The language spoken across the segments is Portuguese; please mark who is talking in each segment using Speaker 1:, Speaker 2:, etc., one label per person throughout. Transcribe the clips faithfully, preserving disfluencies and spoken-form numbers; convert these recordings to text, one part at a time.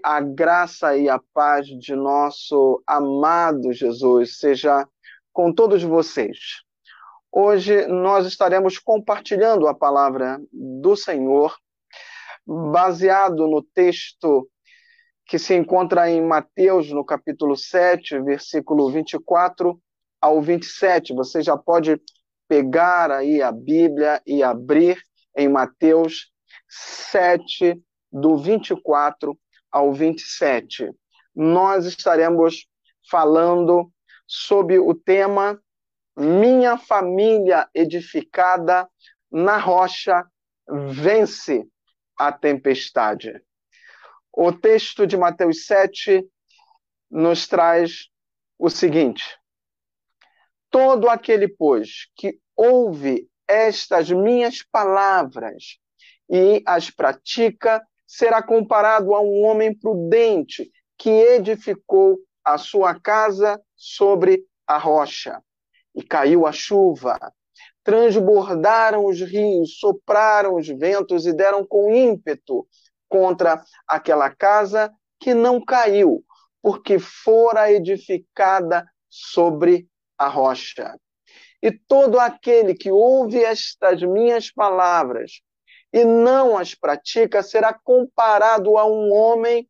Speaker 1: A graça e a paz de nosso amado Jesus seja com todos vocês. Hoje nós estaremos compartilhando a palavra do Senhor, baseado no texto que se encontra em Mateus, no capítulo sete, versículo vinte e quatro ao vinte e sete. Você já pode pegar aí a Bíblia e abrir em Mateus sete, do vinte e quatro ao vinte e sete. Nós estaremos falando sobre o tema Minha família edificada na rocha vence a tempestade. O texto de Mateus sete nos traz o seguinte: todo aquele, pois, que ouve estas minhas palavras e as pratica, será comparado a um homem prudente que edificou a sua casa sobre a rocha. E caiu a chuva, transbordaram os rios, sopraram os ventos e deram com ímpeto contra aquela casa, que não caiu, porque fora edificada sobre a rocha. E todo aquele que ouve estas minhas palavras e não as pratica, será comparado a um homem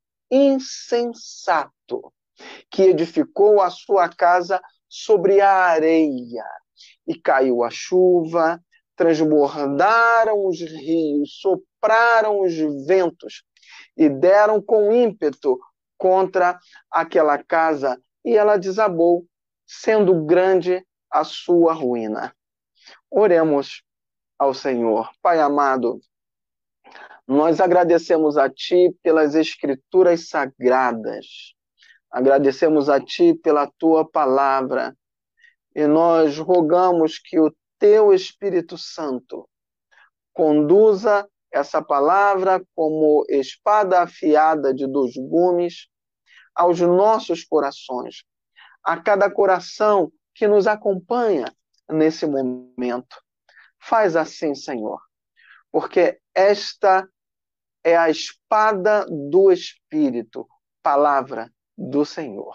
Speaker 1: insensato, que edificou a sua casa sobre a areia. E caiu a chuva, transbordaram os rios, sopraram os ventos, e deram com ímpeto contra aquela casa, e ela desabou, sendo grande a sua ruína. Oremos ao Senhor. Pai amado, nós agradecemos a Ti pelas Escrituras Sagradas, agradecemos a Ti pela Tua Palavra, e nós rogamos que o Teu Espírito Santo conduza essa palavra como espada afiada de dois gumes aos nossos corações, a cada coração que nos acompanha nesse momento. Faz assim, Senhor, porque esta é a espada do Espírito, palavra do Senhor.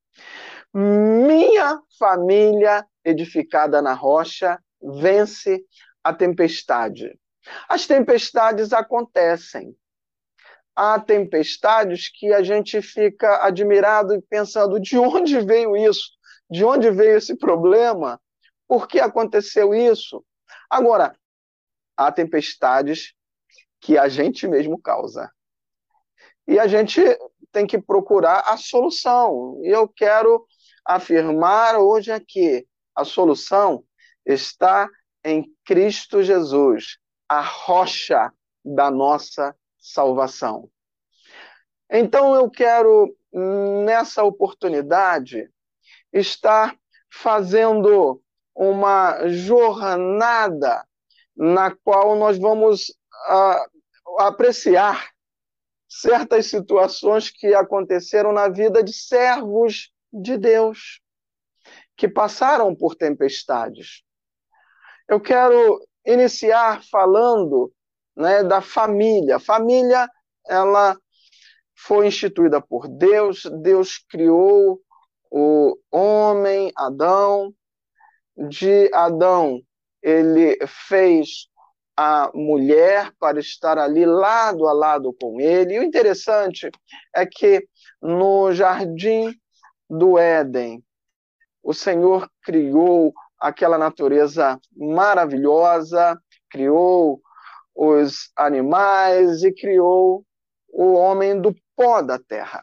Speaker 1: Minha família edificada na rocha vence a tempestade. As tempestades acontecem. Há tempestades que a gente fica admirado e pensando: de onde veio isso? De onde veio esse problema? Por que aconteceu isso? Agora, há tempestades que a gente mesmo causa. E a gente tem que procurar a solução. E eu quero afirmar hoje aqui: a solução está em Cristo Jesus, a rocha da nossa salvação. Então eu quero, nessa oportunidade, estar fazendo uma jornada na qual nós vamos uh, apreciar certas situações que aconteceram na vida de servos de Deus, que passaram por tempestades. Eu quero iniciar falando, né, da família. A família, ela foi instituída por Deus. Deus criou o homem, Adão. De Adão, ele fez a mulher para estar ali lado a lado com ele. E o interessante é que no jardim do Éden, o Senhor criou aquela natureza maravilhosa, criou os animais e criou o homem do pó da terra.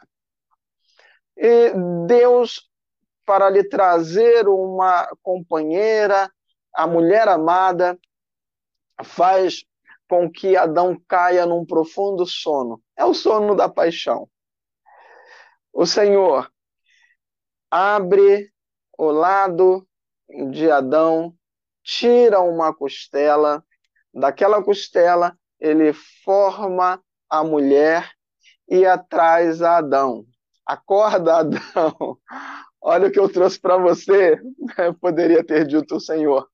Speaker 1: E Deus, para lhe trazer uma companheira, a mulher amada, faz com que Adão caia num profundo sono. É o sono da paixão. O Senhor abre o lado de Adão, tira uma costela, daquela costela ele forma a mulher e a traz a Adão. Acorda, Adão. Olha o que eu trouxe para você. Eu poderia ter dito o Senhor.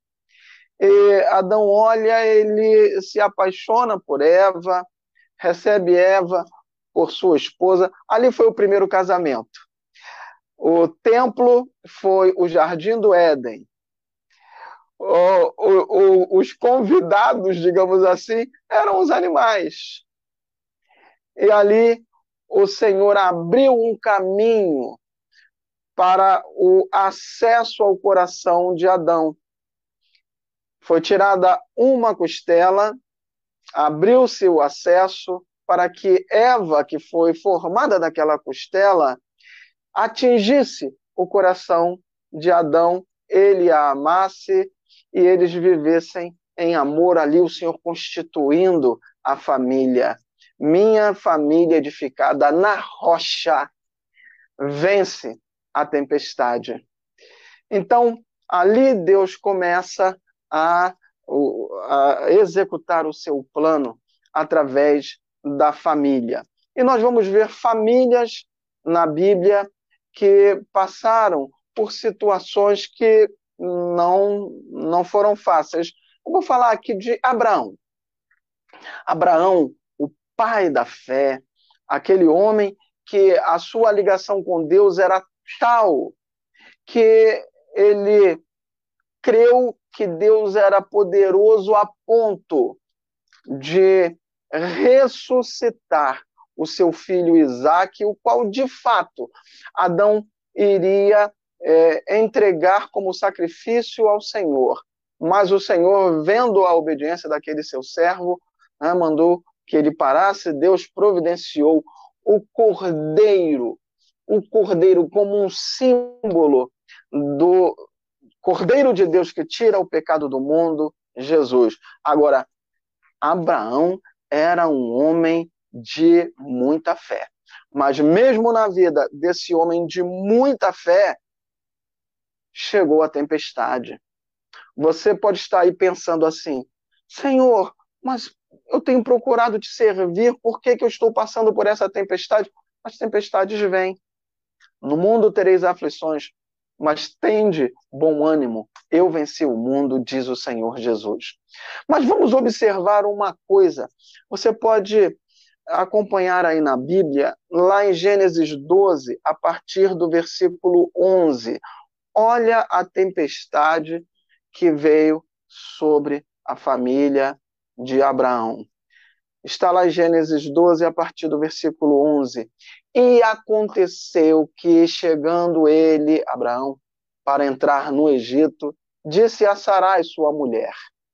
Speaker 1: E Adão olha, ele se apaixona por Eva, recebe Eva por sua esposa. Ali foi o primeiro casamento. O templo foi o Jardim do Éden. O, o, o, os convidados, digamos assim, eram os animais. E ali o Senhor abriu um caminho para o acesso ao coração de Adão. Foi tirada uma costela, abriu-se o acesso para que Eva, que foi formada daquela costela, atingisse o coração de Adão, ele a amasse e eles vivessem em amor ali, o Senhor constituindo a família. Minha família edificada na rocha vence a tempestade. Então, ali Deus começa a, a executar o seu plano através da família. E nós vamos ver famílias na Bíblia que passaram por situações que não, não foram fáceis. Eu vou falar aqui de Abraão. Abraão, o pai da fé, aquele homem que a sua ligação com Deus era tal que ele creu que Deus era poderoso a ponto de ressuscitar o seu filho Isaque, o qual, de fato, Adão iria é, entregar como sacrifício ao Senhor. Mas o Senhor, vendo a obediência daquele seu servo, né, mandou que ele parasse. Deus providenciou o cordeiro, o cordeiro como um símbolo do Cordeiro de Deus que tira o pecado do mundo, Jesus. Agora, Abraão era um homem de muita fé. Mas mesmo na vida desse homem de muita fé, chegou a tempestade. Você pode estar aí pensando assim, Senhor, mas eu tenho procurado te servir, por que que eu estou passando por essa tempestade? As tempestades vêm. No mundo tereis aflições, mas tende bom ânimo. Eu venci o mundo, diz o Senhor Jesus. Mas vamos observar uma coisa. Você pode acompanhar aí na Bíblia, lá em Gênesis doze, a partir do versículo onze. Olha a tempestade que veio sobre a família de Abraão. Está lá em Gênesis doze, a partir do versículo onze. E aconteceu que, chegando ele, Abraão, para entrar no Egito, disse a Sarai, sua mulher,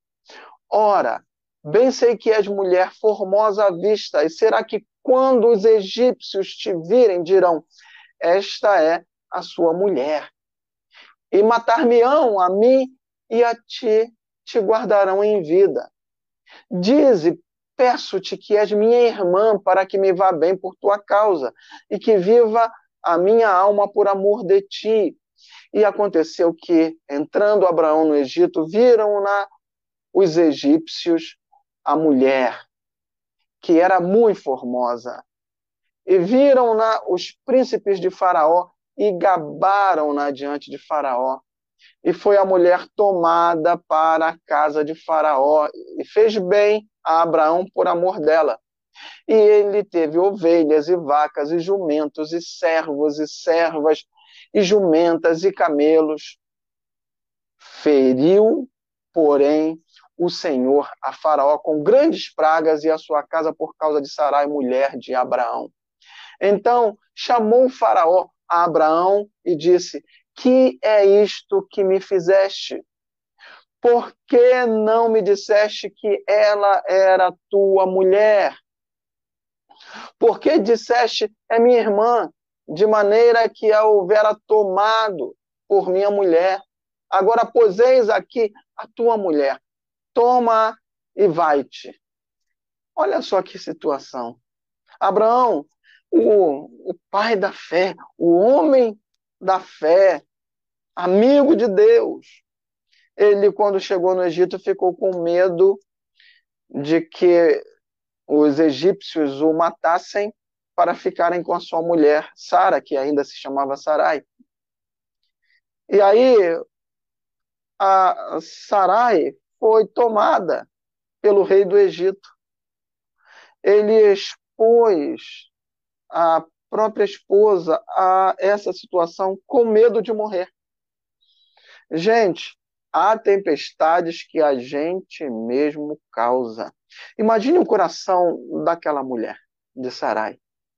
Speaker 1: ora, bem sei que és mulher formosa à vista, e será que quando os egípcios te virem, dirão, esta é a sua mulher, e matar-me-ão a mim e a ti te guardarão em vida. Dize, peço-te que és minha irmã, para que me vá bem por tua causa, e que viva a minha alma por amor de ti. E aconteceu que, entrando Abraão no Egito, viram-na os egípcios a mulher, que era muito formosa. E viram-na os príncipes de Faraó e gabaram-na diante de Faraó. E foi a mulher tomada para a casa de Faraó, e fez bem a Abraão por amor dela. E ele teve ovelhas e vacas e jumentos e servos e servas e jumentas e camelos. Feriu, porém, o Senhor a Faraó com grandes pragas e a sua casa por causa de Sarai, mulher de Abraão. Então chamou Faraó a Abraão e disse, que é isto que me fizeste? Por que não me disseste que ela era tua mulher? Por que disseste, é minha irmã, de maneira que a houvera tomado por minha mulher? Agora, pois, eis aqui a tua mulher. Toma e vai-te. Olha só que situação. Abraão, o, o pai da fé, o homem da fé, amigo de Deus, ele, quando chegou no Egito, ficou com medo de que os egípcios o matassem para ficarem com a sua mulher, Sara, que ainda se chamava Sarai. E aí, a Sarai foi tomada pelo rei do Egito. Ele expôs a própria esposa a essa situação com medo de morrer. Gente, há tempestades que a gente mesmo causa. Imagine o coração daquela mulher, de Sarai.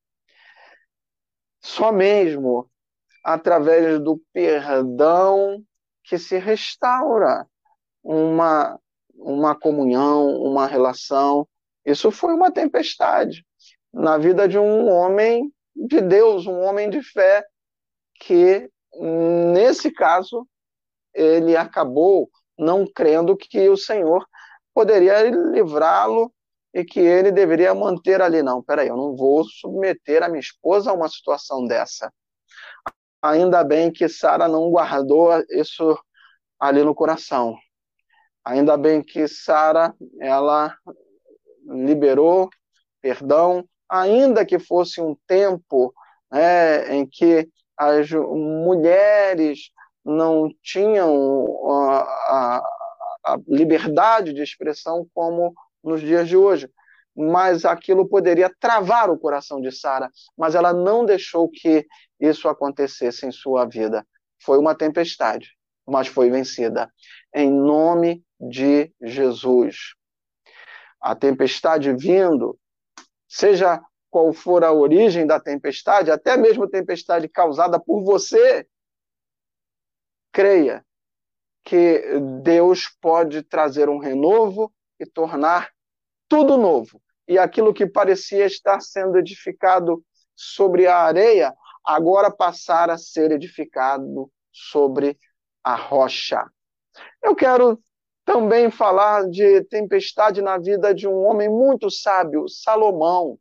Speaker 1: Só mesmo através do perdão que se restaura uma, uma comunhão, uma relação. Isso foi uma tempestade na vida de um homem de Deus, um homem de fé, que, nesse caso, ele acabou não crendo que o Senhor poderia livrá-lo e que ele deveria manter ali. Não, peraí, eu não vou submeter a minha esposa a uma situação dessa. Ainda bem que Sara não guardou isso ali no coração. Ainda bem que Sara, ela liberou perdão, ainda que fosse um tempo, né, em que as mulheres não tinham a, a, a liberdade de expressão como nos dias de hoje. Mas aquilo poderia travar o coração de Sara, mas ela não deixou que isso acontecesse em sua vida. Foi uma tempestade, mas foi vencida. Em nome de Jesus. A tempestade vindo, seja qual for a origem da tempestade, até mesmo tempestade causada por você, creia que Deus pode trazer um renovo e tornar tudo novo. E aquilo que parecia estar sendo edificado sobre a areia, agora passar a ser edificado sobre a rocha. Eu quero também falar de tempestade na vida de um homem muito sábio, Salomão.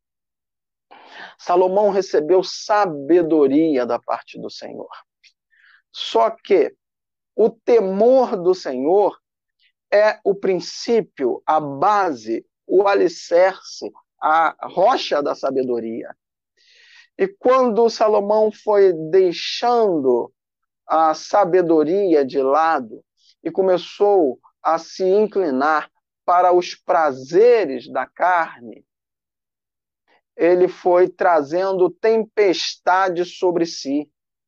Speaker 1: Salomão recebeu sabedoria da parte do Senhor. Só que o temor do Senhor é o princípio, a base, o alicerce, a rocha da sabedoria. E quando Salomão foi deixando a sabedoria de lado e começou a se inclinar para os prazeres da carne, ele foi trazendo tempestade sobre si.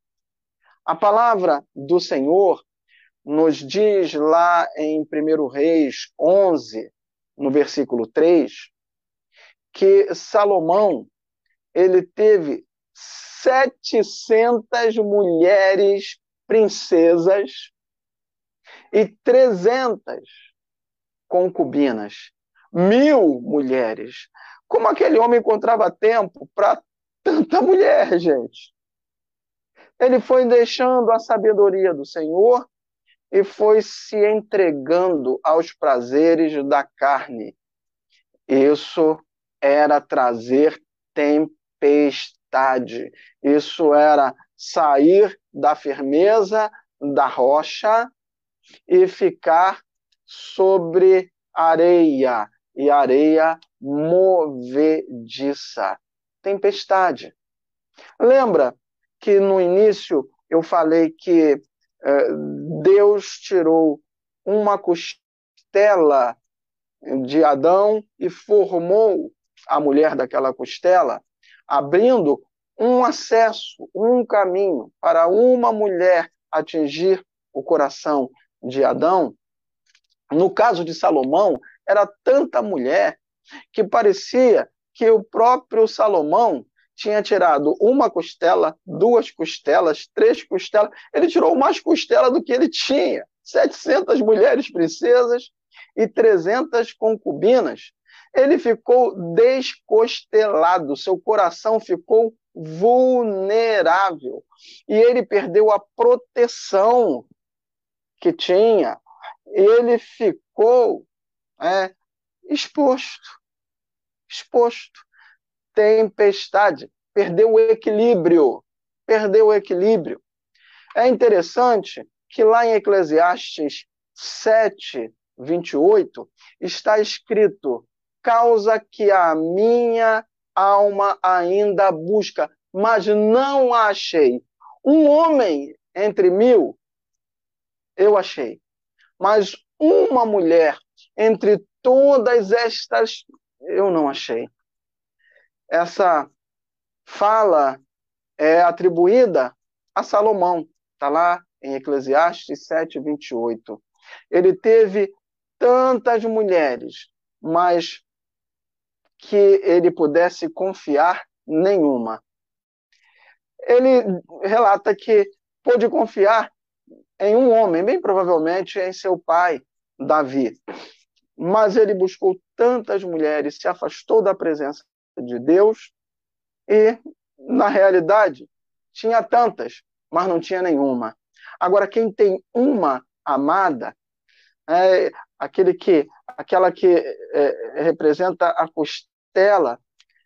Speaker 1: A palavra do Senhor nos diz lá em primeiro Reis onze, no versículo três, que Salomão, ele teve setecentas mulheres princesas e trezentas concubinas, mil mulheres. Como aquele homem encontrava tempo para tanta mulher, gente? Ele foi deixando a sabedoria do Senhor e foi se entregando aos prazeres da carne. Isso era trazer tempestade. Isso era sair da firmeza da rocha e ficar sobre areia, e areia movediça. Tempestade. Lembra que no início eu falei que eh, Deus tirou uma costela de Adão e formou a mulher daquela costela, abrindo um acesso, um caminho para uma mulher atingir o coração de Adão? No caso de Salomão, era tanta mulher que parecia que o próprio Salomão tinha tirado uma costela, duas costelas, três costelas. Ele tirou mais costela do que ele tinha. setecentas mulheres princesas e trezentas concubinas. Ele ficou descostelado, seu coração ficou vulnerável. E ele perdeu a proteção que tinha. Ele ficou é, exposto, exposto. Tempestade, perdeu o equilíbrio, perdeu o equilíbrio. É interessante que lá em Eclesiastes sete, vinte e oito, está escrito: causa que a minha alma ainda busca, mas não a achei. Um homem entre mil, eu achei. Mas uma mulher entre todas estas, eu não achei. Essa fala é atribuída a Salomão. Está lá em Eclesiastes sete, vinte e oito. Ele teve tantas mulheres, mas que ele pudesse confiar nenhuma. Ele relata que pôde confiar em um homem, bem provavelmente em seu pai, Davi. Mas ele buscou tantas mulheres, se afastou da presença de Deus e, na realidade, tinha tantas, mas não tinha nenhuma. Agora, quem tem uma amada, é aquele que, aquela que é, representa a costela,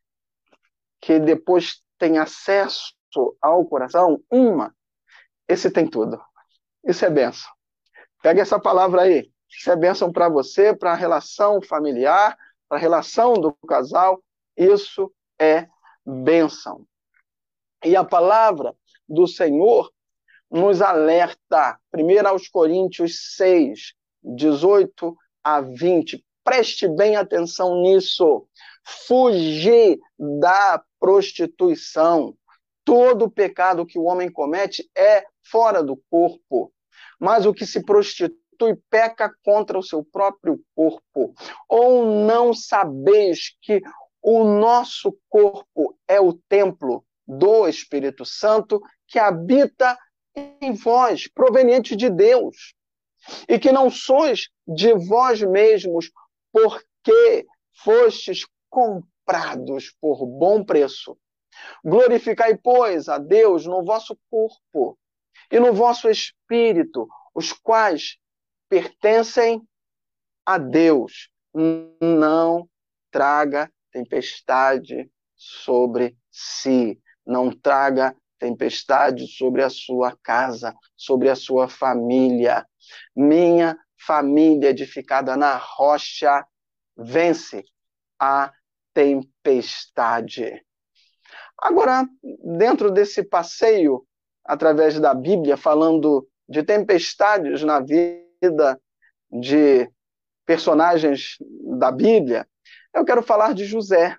Speaker 1: que depois tem acesso ao coração, uma, esse tem tudo. Isso é bênção. Pega essa palavra aí. Isso é bênção para você, para a relação familiar, para a relação do casal. Isso é bênção. E a palavra do Senhor nos alerta, primeiro aos Coríntios seis, dezoito a vinte. Preste bem atenção nisso. Fugir da prostituição. Todo pecado que o homem comete é fora do corpo. Mas o que se prostitui peca contra o seu próprio corpo. Ou não sabeis que o nosso corpo é o templo do Espírito Santo que habita em vós, proveniente de Deus, e que não sois de vós mesmos, porque fostes comprados por bom preço. Glorificai, pois, a Deus no vosso corpo e no vosso espírito, os quais pertencem a Deus. Não traga tempestade sobre si. Não traga tempestade sobre a sua casa, sobre a sua família. Minha família edificada na rocha vence a tempestade. Agora, dentro desse passeio, através da Bíblia, falando de tempestades na vida de personagens da Bíblia, eu quero falar de José.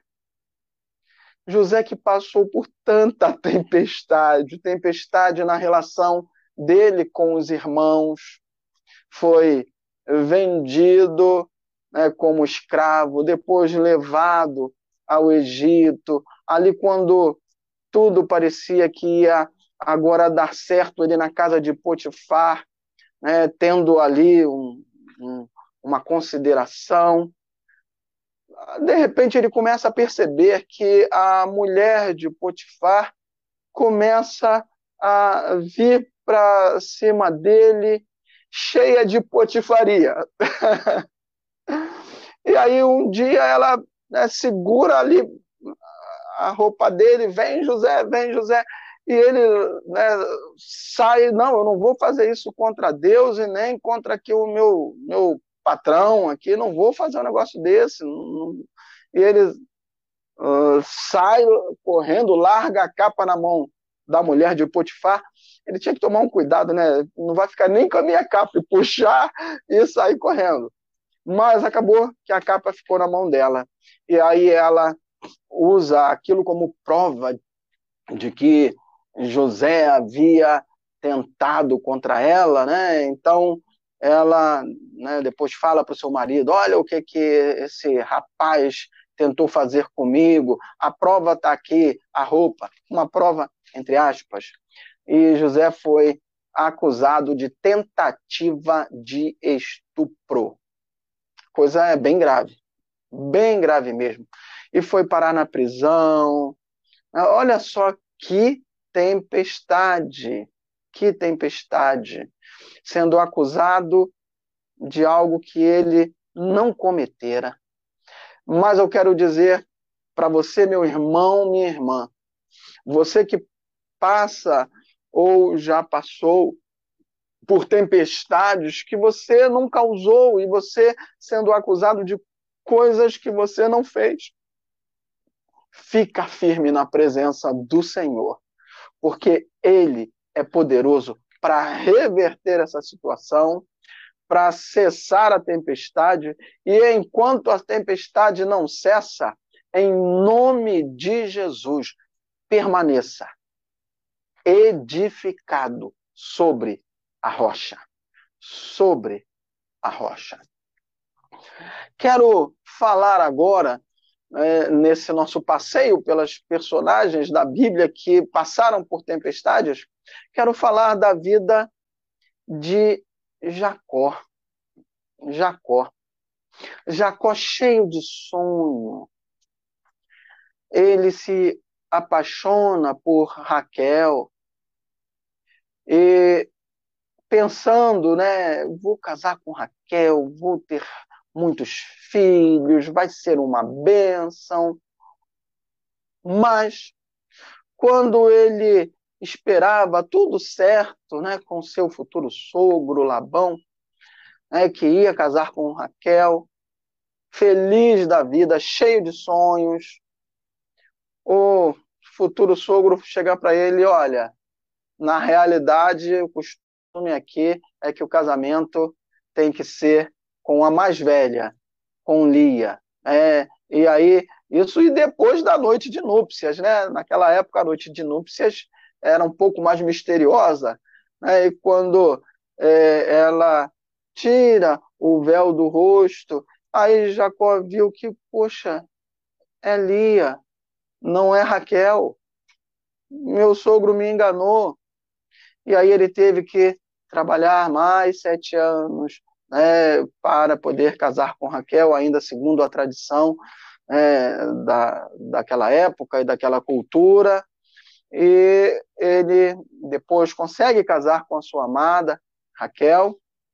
Speaker 1: José que passou por tanta tempestade, tempestade na relação dele com os irmãos, foi vendido, né, como escravo, depois levado ao Egito, ali quando tudo parecia que ia agora dar certo ele na casa de Potifar, né, tendo ali um, um, uma consideração. De repente ele começa a perceber que a mulher de Potifar começa a vir para cima dele cheia de potifaria. E aí um dia ela, né, segura ali a roupa dele, vem José, vem José, e ele, né, sai, não, eu não vou fazer isso contra Deus e nem contra aqui o meu, meu patrão aqui, não vou fazer um negócio desse. Não. E ele uh, sai correndo, larga a capa na mão da mulher de Potifar. Ele tinha que tomar um cuidado, né? Não vai ficar nem com a minha capa e puxar e sair correndo. Mas acabou que a capa ficou na mão dela. E aí ela usa aquilo como prova de que José havia tentado contra ela, né? Então ela, né, depois fala para o seu marido: olha o que, que esse rapaz tentou fazer comigo, a prova está aqui, a roupa, uma prova entre aspas. E José foi acusado de tentativa de estupro. Coisa bem grave, bem grave mesmo. E foi parar na prisão. Olha só que tempestade, que tempestade. Sendo acusado de algo que ele não cometera. Mas eu quero dizer para você, meu irmão, minha irmã, você que passa ou já passou por tempestades que você não causou e você sendo acusado de coisas que você não fez. Fica firme na presença do Senhor, porque Ele é poderoso para reverter essa situação, para cessar a tempestade, e enquanto a tempestade não cessa, em nome de Jesus, permaneça edificado sobre a rocha. Sobre a rocha. Quero falar agora, é, nesse nosso passeio pelas personagens da Bíblia que passaram por tempestades, quero falar da vida de Jacó. Jacó. Jacó cheio de sonho. Ele se apaixona por Raquel e pensando, né, vou casar com Raquel, vou ter muitos filhos, vai ser uma bênção. Mas quando ele esperava tudo certo, né, com seu futuro sogro Labão, né, que ia casar com Raquel, feliz da vida, cheio de sonhos, o futuro sogro chegar para ele, olha, na realidade, o costume aqui é que o casamento tem que ser com a mais velha, com Lia. É, e aí, isso e depois da noite de núpcias, né? Naquela época, a noite de núpcias era um pouco mais misteriosa, né? E quando é, ela tira o véu do rosto, aí Jacó viu que, poxa, é Lia, não é Raquel. Meu sogro me enganou. E aí ele teve que trabalhar mais sete anos, né, para poder casar com Raquel, ainda segundo a tradição é, da, daquela época e daquela cultura. E ele depois consegue casar com a sua amada, Raquel.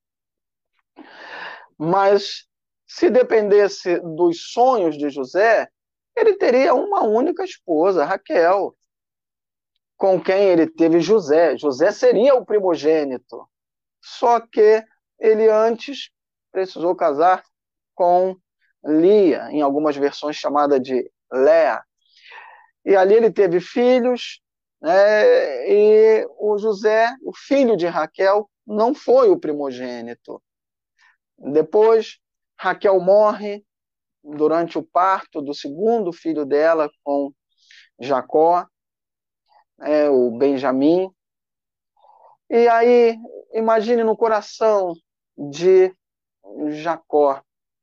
Speaker 1: Mas se dependesse dos sonhos de José, ele teria uma única esposa, Raquel, com quem ele teve José. José seria o primogênito. Só que ele antes precisou casar com Lia, em algumas versões chamada de Léa. E ali ele teve filhos, né, e o José, o filho de Raquel, não foi o primogênito. Depois, Raquel morre durante o parto do segundo filho dela com Jacó, é, o Benjamim. E aí, imagine no coração de Jacó.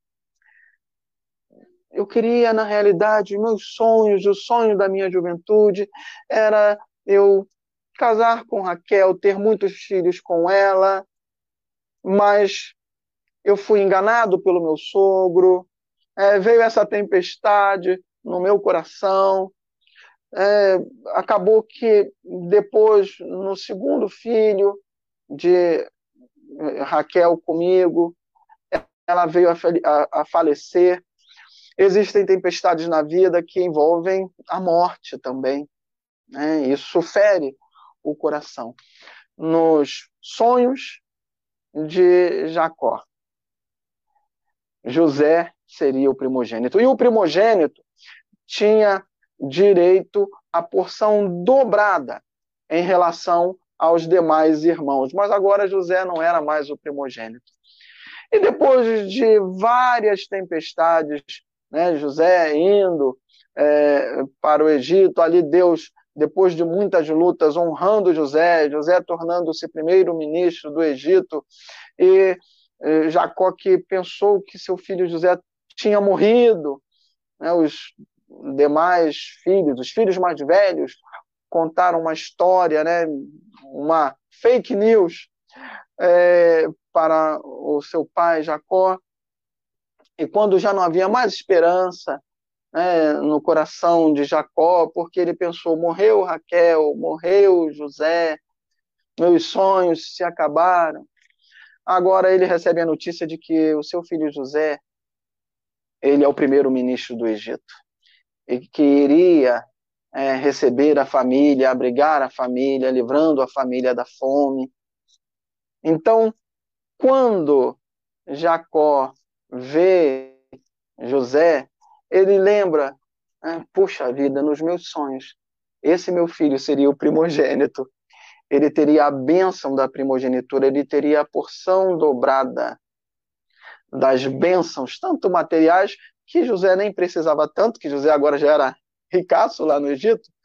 Speaker 1: Eu queria, na realidade, meus sonhos, o sonho da minha juventude era eu casar com Raquel, ter muitos filhos com ela, mas eu fui enganado pelo meu sogro, é, veio essa tempestade no meu coração, é, acabou que depois, no segundo filho de Raquel comigo, ela veio a, a, a falecer. Existem tempestades na vida que envolvem a morte também, né? Isso fere o coração. Nos sonhos de Jacó, José seria o primogênito. E o primogênito tinha direito à porção dobrada em relação aos demais irmãos. Mas agora José não era mais o primogênito. E depois de várias tempestades, né, José indo é, para o Egito, ali Deus, depois de muitas lutas, honrando José, José tornando-se primeiro-ministro do Egito, e é, Jacó que pensou que seu filho José tinha morrido, né, os demais filhos, os filhos mais velhos, contaram uma história, né, uma fake news é, para o seu pai Jacó. E quando já não havia mais esperança, né, no coração de Jacó, porque ele pensou, morreu Raquel, morreu José, meus sonhos se acabaram. Agora ele recebe a notícia de que o seu filho José, ele é o primeiro-ministro do Egito, e que iria é, receber a família, abrigar a família, livrando a família da fome. Então, quando Jacó vê José, ele lembra, ah, puxa vida, nos meus sonhos, esse meu filho seria o primogênito, ele teria a bênção da primogenitura, ele teria a porção dobrada das bênçãos, tanto materiais, que José nem precisava tanto, que José agora já era ricaço lá no Egito,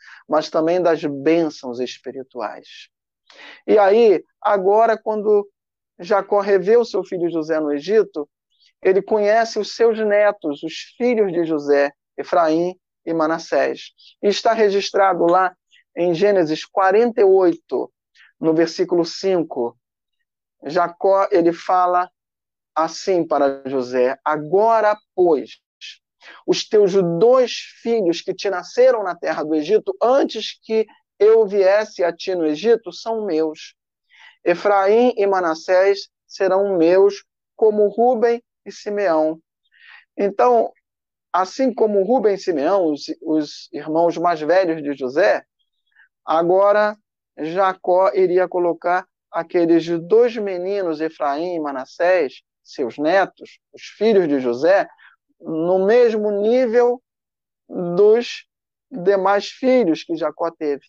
Speaker 1: mas também das bênçãos espirituais. E aí, agora, quando Jacó revê o seu filho José no Egito, ele conhece os seus netos, os filhos de José, Efraim e Manassés. E está registrado lá em Gênesis quarenta e oito, no versículo cinco. Jacó, ele fala assim para José: agora, pois, os teus dois filhos que te nasceram na terra do Egito, antes que eu viesse a ti no Egito, são meus. Efraim e Manassés serão meus, como Rúben e Simeão. Então, assim como Rúben e Simeão, os, os irmãos mais velhos de José, agora Jacó iria colocar aqueles dois meninos, Efraim e Manassés, seus netos, os filhos de José, no mesmo nível dos demais filhos que Jacó teve.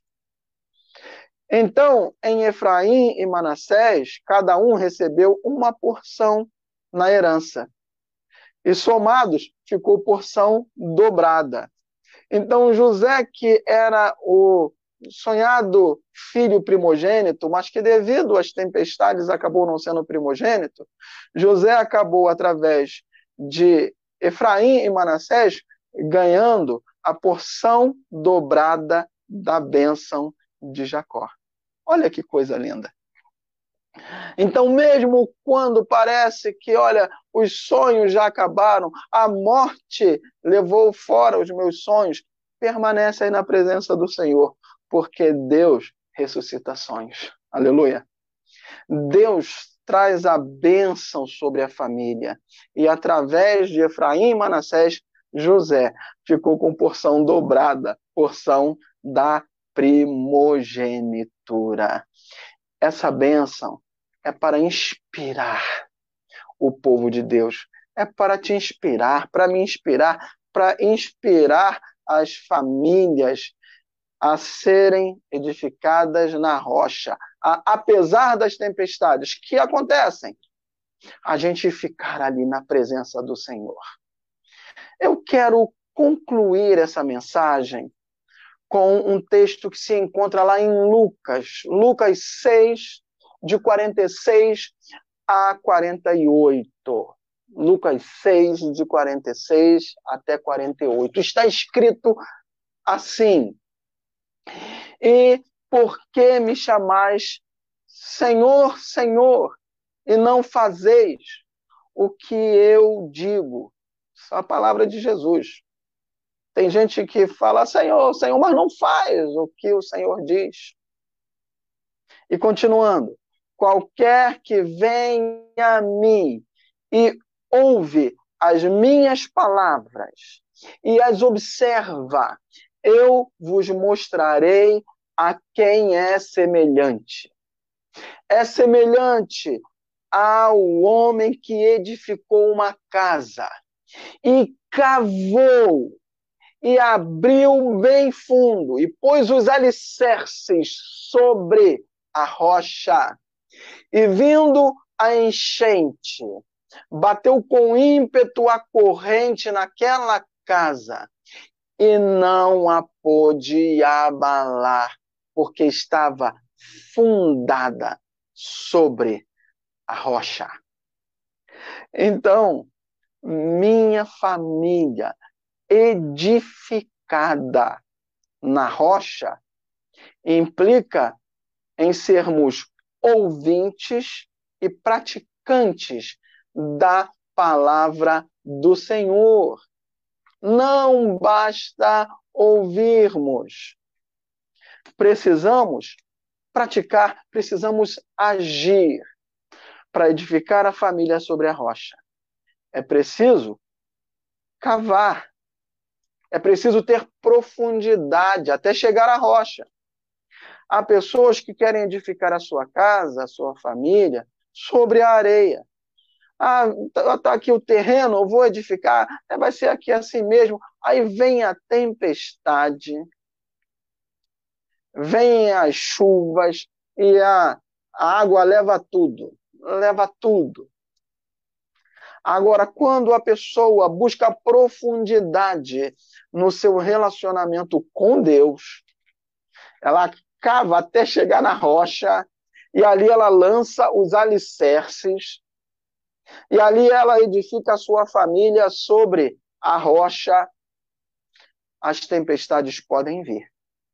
Speaker 1: Então, em Efraim e Manassés, cada um recebeu uma porção na herança. E somados, ficou porção dobrada. Então, José, que era o sonhado filho primogênito, mas que devido às tempestades acabou não sendo primogênito, José acabou, através de Efraim e Manassés, ganhando a porção dobrada da bênção de Jacó. Olha que coisa linda. Então, mesmo quando parece que, olha, os sonhos já acabaram, a morte levou fora os meus sonhos, permanece aí na presença do Senhor, porque Deus ressuscita sonhos. Aleluia. Deus traz a bênção sobre a família. E através de Efraim e Manassés, José ficou com porção dobrada, porção da primogenitura. Essa bênção é para inspirar o povo de Deus. É para te inspirar, para me inspirar, para inspirar as famílias a serem edificadas na rocha. A, apesar das tempestades que acontecem, a gente ficar ali na presença do Senhor. Eu quero concluir essa mensagem com um texto que se encontra lá em Lucas, Lucas seis, de quarenta e seis a quarenta e oito. Lucas seis, de quarenta e seis até quarenta e oito. Está escrito assim: e por que me chamais Senhor, Senhor, e não fazeis o que eu digo? Essa é a palavra de Jesus. Tem gente que fala Senhor, Senhor, mas não faz o que o Senhor diz. E continuando: qualquer que venha a mim e ouve as minhas palavras e as observa, eu vos mostrarei a quem é semelhante. É semelhante ao homem que edificou uma casa e cavou e abriu bem fundo e pôs os alicerces sobre a rocha. E vindo a enchente, bateu com ímpeto a corrente naquela casa e não a pôde abalar, porque estava fundada sobre a rocha. Então, minha família edificada na rocha implica em sermos ouvintes e praticantes da palavra do Senhor. Não basta ouvirmos. Precisamos praticar, precisamos agir para edificar a família sobre a rocha. É preciso cavar. É preciso ter profundidade até chegar à rocha. Há pessoas que querem edificar a sua casa, a sua família, sobre a areia. Ah, está aqui o terreno, eu vou edificar, vai ser aqui assim mesmo. Aí vem a tempestade, vem as chuvas e a, a água leva tudo, leva tudo. Agora, quando a pessoa busca profundidade no seu relacionamento com Deus, Ela cava até chegar na rocha, e ali ela lança os alicerces, e ali ela edifica a sua família sobre a rocha. As tempestades podem vir,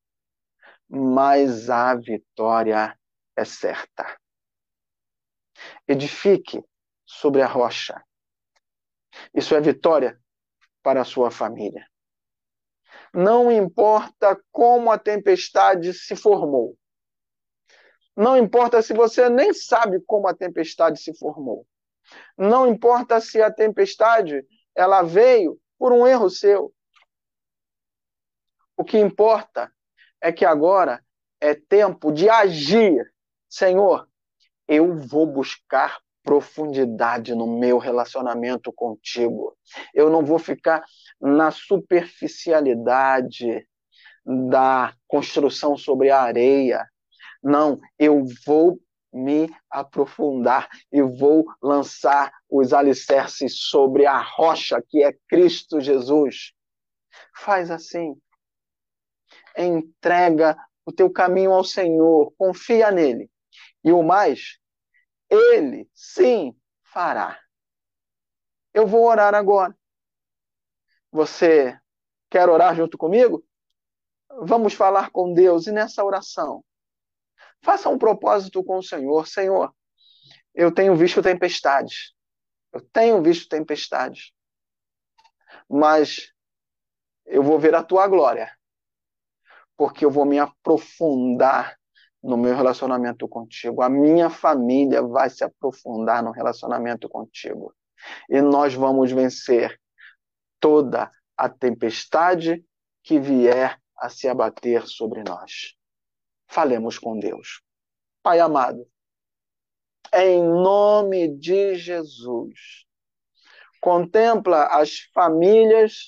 Speaker 1: mas a vitória é certa. Edifique sobre a rocha. Isso é vitória para a sua família. Não importa como a tempestade se formou. Não importa se você nem sabe como a tempestade se formou. Não importa se a tempestade ela veio por um erro seu. O que importa é que agora é tempo de agir. Senhor, eu vou buscar profundidade no meu relacionamento contigo. Eu não vou ficar na superficialidade da construção sobre a areia. Não, eu vou me aprofundar e vou lançar os alicerces sobre a rocha que é Cristo Jesus. Faz assim. Entrega o teu caminho ao Senhor, confia nele. E o mais, ele sim fará. Eu vou orar agora. Você quer orar junto comigo? Vamos falar com Deus e nessa oração, faça um propósito com o Senhor. Senhor, eu tenho visto tempestades. Eu tenho visto tempestades. Mas eu vou ver a tua glória. Porque eu vou me aprofundar no meu relacionamento contigo. A minha família vai se aprofundar no relacionamento contigo. E nós vamos vencer toda a tempestade que vier a se abater sobre nós. Falemos com Deus. Pai amado, em nome de Jesus, contempla as famílias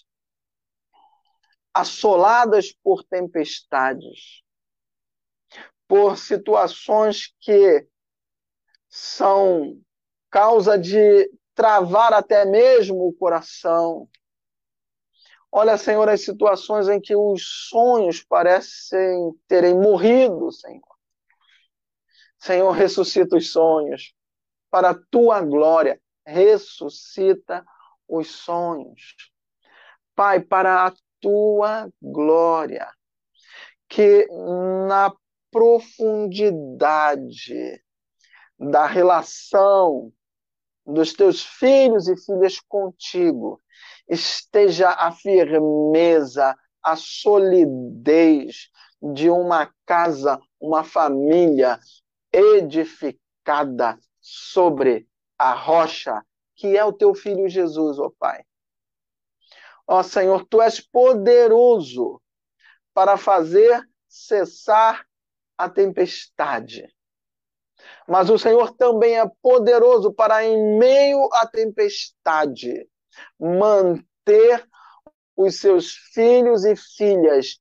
Speaker 1: assoladas por tempestades, por situações que são causa de travar até mesmo o coração. Olha, Senhor, as situações em que os sonhos parecem terem morrido, Senhor. Senhor, ressuscita os sonhos para a tua glória. Ressuscita os sonhos. Pai, para a tua glória. Que na profundidade da relação dos teus filhos e filhas contigo esteja a firmeza, a solidez de uma casa, uma família edificada sobre a rocha, que é o teu Filho Jesus, ó Pai. Ó Senhor, tu és poderoso para fazer cessar a tempestade. Mas o Senhor também é poderoso para, em meio à tempestade, manter os seus filhos e filhas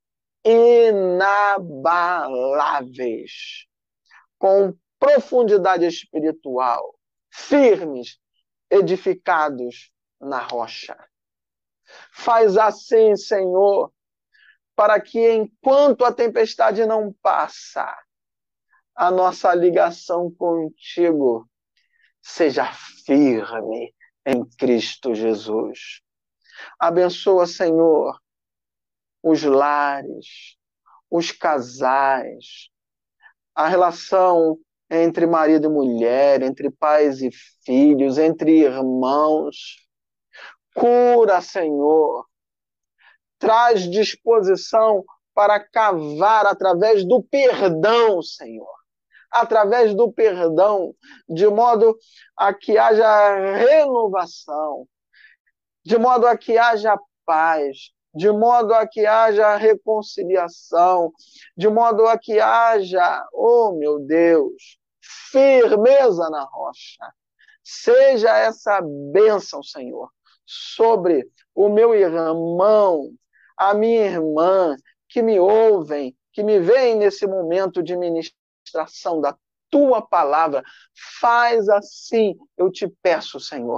Speaker 1: inabaláveis, com profundidade espiritual, firmes, edificados na rocha. Faz assim, Senhor, para que enquanto a tempestade não passa, a nossa ligação contigo seja firme em Cristo Jesus. Abençoa, Senhor, os lares, os casais, a relação entre marido e mulher, entre pais e filhos, entre irmãos. Cura, Senhor. Traz disposição para cavar através do perdão, Senhor. Através do perdão, de modo a que haja renovação, de modo a que haja paz, de modo a que haja reconciliação, de modo a que haja, oh meu Deus, firmeza na rocha. Seja essa bênção, Senhor, sobre o meu irmão, a minha irmã, que me ouvem, que me veem nesse momento de ministração da tua palavra. Faz assim, eu te peço, Senhor.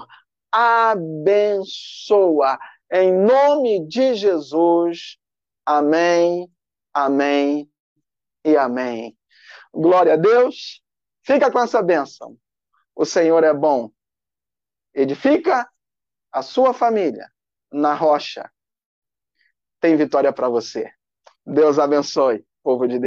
Speaker 1: Abençoa. Em nome de Jesus. Amém, amém e amém. Glória a Deus. Fica com essa bênção. O Senhor é bom. Edifica a sua família na rocha. Tem vitória para você. Deus abençoe, povo de Deus.